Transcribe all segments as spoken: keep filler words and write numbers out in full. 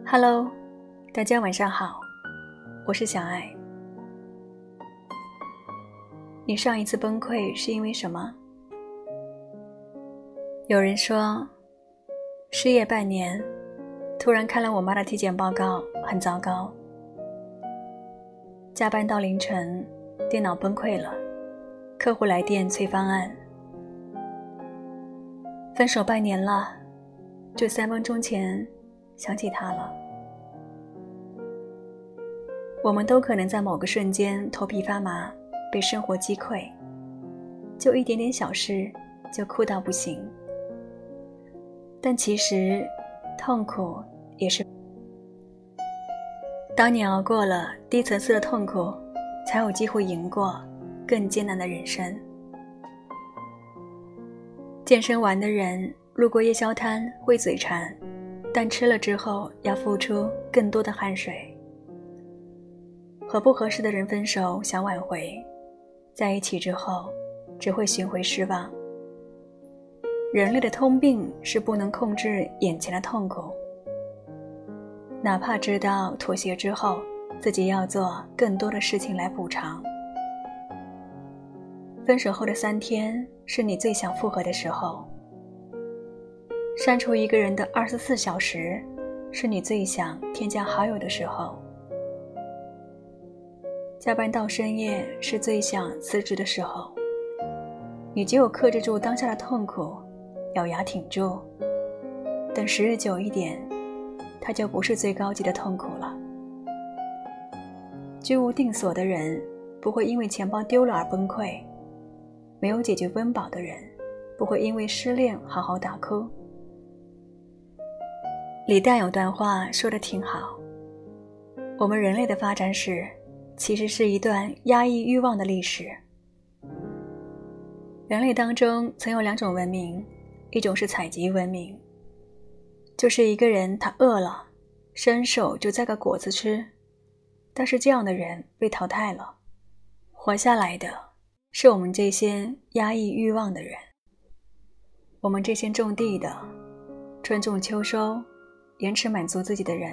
Hello， 大家晚上好，我是小爱。你上一次崩溃是因为什么？有人说，失业半年，突然看了我妈的体检报告，很糟糕。加班到凌晨，电脑崩溃了，客户来电催方案。分手半年了，就三分钟前想起他了。我们都可能在某个瞬间头皮发麻，被生活击溃，就一点点小事就哭到不行。但其实痛苦也是，当你熬过了低层次的痛苦，才有机会赢过更艰难的人生。健身完的人路过夜宵摊会嘴馋，但吃了之后要付出更多的汗水。和不合适的人分手想挽回，在一起之后只会寻回失望。人类的通病是不能控制眼前的痛苦，哪怕知道妥协之后自己要做更多的事情来补偿。分手后的三天是你最想复合的时候，删除一个人的二十四小时是你最想添加好友的时候，加班到深夜是最想辞职的时候。你只有克制住当下的痛苦，咬牙挺住，等时日久一点，它就不是最高级的痛苦了。居无定所的人不会因为钱包丢了而崩溃，没有解决温饱的人不会因为失恋好好大哭。李诞有段话说得挺好，我们人类的发展史其实是一段压抑欲望的历史。人类当中曾有两种文明，一种是采集文明，就是一个人他饿了，伸手就摘个果子吃，但是这样的人被淘汰了。活下来的是我们这些压抑欲望的人，我们这些种地的，春种秋收，延迟满足自己的人。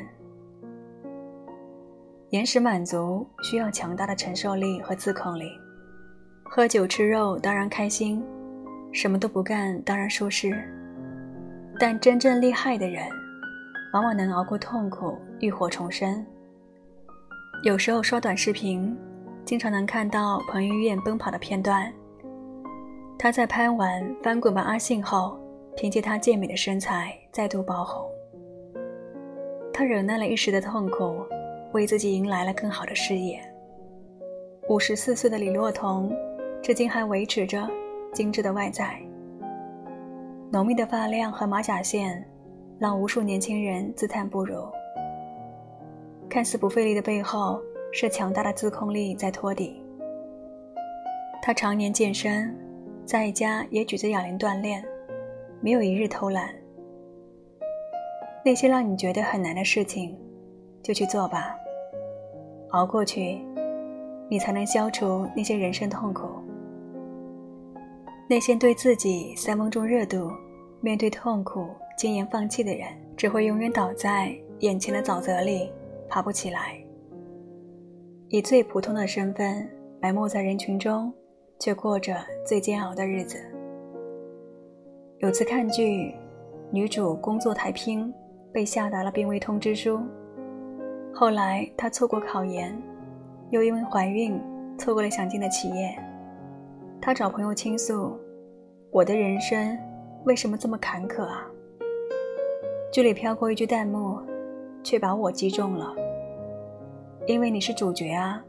延时满足需要强大的承受力和自控力。喝酒吃肉当然开心，什么都不干当然舒适，但真正厉害的人往往能熬过痛苦，浴火重生。有时候刷短视频，经常能看到彭于晏奔跑的片段。他在拍完《翻滚吧阿信》后，凭借他健美的身材再度爆红。他忍耐了一时的痛苦，为自己迎来了更好的事业。五十四岁的李若彤至今还维持着精致的外在，浓密的发量和马甲线让无数年轻人自叹不如。看似不费力的背后，是强大的自控力在托底。他常年健身，在家也举着哑铃锻炼，没有一日偷懒。那些让你觉得很难的事情就去做吧，熬过去，你才能消除那些人生痛苦。那些对自己三分钟热度，面对痛苦轻言放弃的人，只会永远倒在眼前的沼泽里，爬不起来。以最普通的身份埋没在人群中，却过着最煎熬的日子。有次看剧，女主工作太拼，被下达了病危通知书。后来她错过考研，又因为怀孕错过了想进的企业。她找朋友倾诉，我的人生为什么这么坎坷啊？剧里飘过一句弹幕，却把我击中了，因为你是主角啊。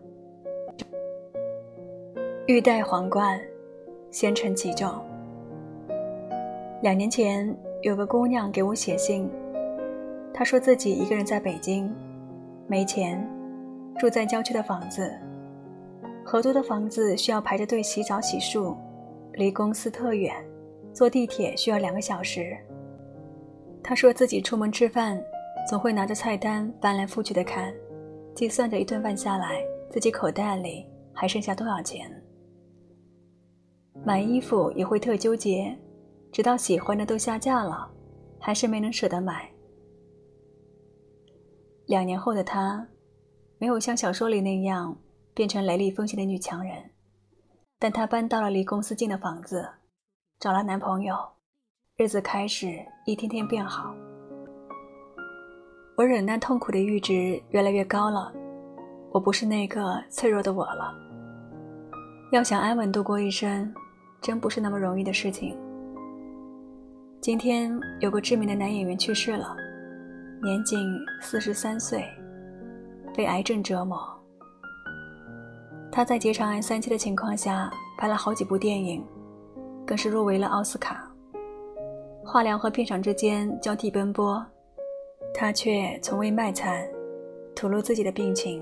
欲戴皇冠，先承其重。两年前有个姑娘给我写信，她说自己一个人在北京，没钱，住在郊区的房子，合租的房子需要排着队洗澡洗漱，离公司特远，坐地铁需要两个小时。她说自己出门吃饭总会拿着菜单翻来覆去的看，计算着一顿饭下来自己口袋里还剩下多少钱。买衣服也会特纠结，直到喜欢的都下架了，还是没能舍得买。 两年后的她没有像小说里那样变成雷厉风行的女强人，但她搬到了离公司近的房子，找了男朋友，日子开始一天天变好。我忍耐痛苦的阈值越来越高了，我不是那个脆弱的我了。要想安稳度过一生，真不是那么容易的事情。今天有个知名的男演员去世了，年仅四十三岁，被癌症折磨。他在结肠癌三期的情况下拍了好几部电影，更是入围了奥斯卡。化疗和片场之间交替奔波，他却从未卖惨，吐露自己的病情。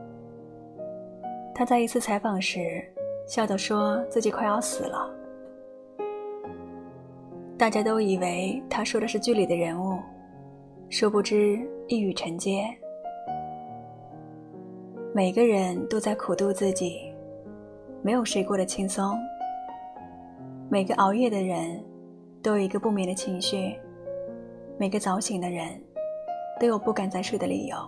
他在一次采访时笑地说自己快要死了。大家都以为他说的是剧里的人物，殊不知一语成谶。每个人都在苦度自己，没有谁过得轻松。每个熬夜的人都有一个不眠的情绪，每个早醒的人都有不敢再睡的理由。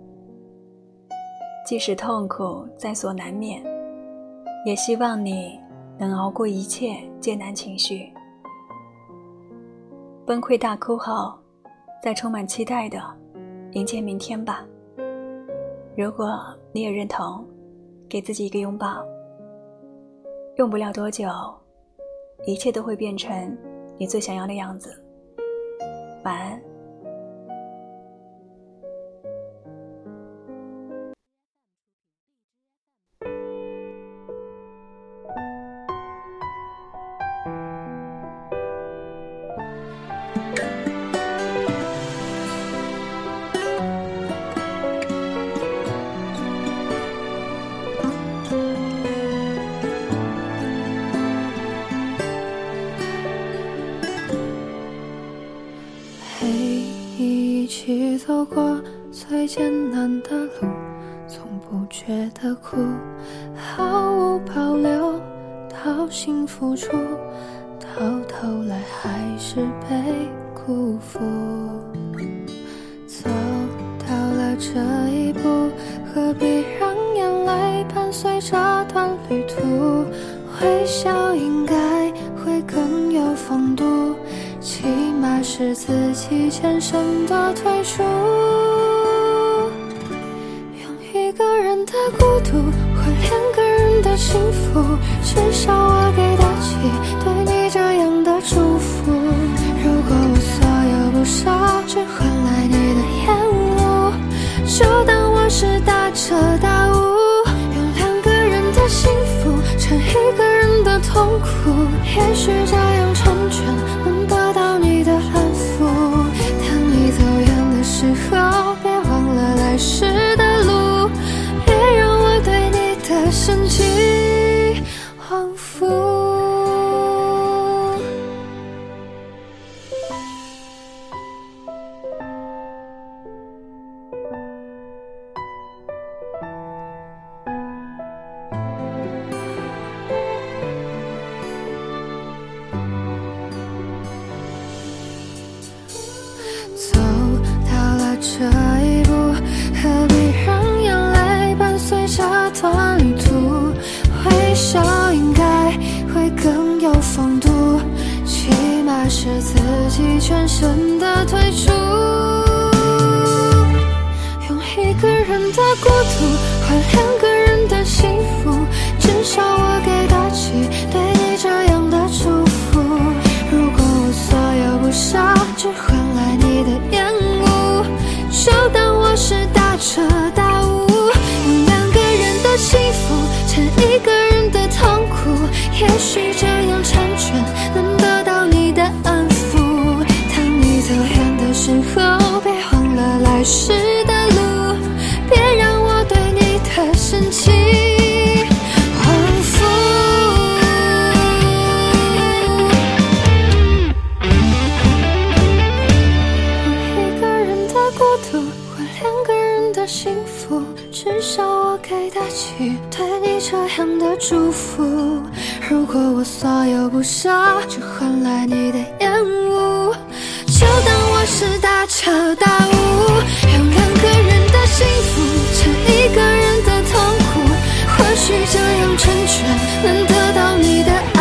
即使痛苦在所难免，也希望你能熬过一切艰难情绪。崩溃大哭后，再充满期待的迎接明天吧。如果你也认同，给自己一个拥抱。用不了多久，一切都会变成你最想要的样子。晚安。 一起走过最艰难的路，从不觉得苦，毫无保留掏心付出，到头来还是被辜负。走到了这一步，何必让眼泪伴随这段旅途？微笑应该会更有风度，起码是自己全身的退出。用一个人的孤独换两个人的幸福，至少我给得起对你这样的祝福。如果我所有不舍只换来你的厌恶，就当我是大彻大悟。用两个人的幸福撑一个人的痛苦，也许这样成全能得到你的安抚。当你走远的时候，别忘了来时的路，别让我对你的深情辜负。走到了这一步，何必让眼泪伴随这段旅途？微笑应该会更有风度，起码是自己全身的退出。用一个人的孤独换两个人的幸福，至少我给得起对你这样的祝福。如果我所有不舍只换来你的厌恶，就当我是大彻大悟。用两个人的幸福撑一个人的痛苦，也许这样成全能得到你的安抚。当你走远的时候，别忘了来时的路，别让我对你的深情辜负。幸福，至少我给得起对你这样的祝福。如果我所有不舍只换来你的厌恶， 就当我是大彻大悟，用两个人的幸福撑一个人的痛苦，或许这样成全能得到你的爱。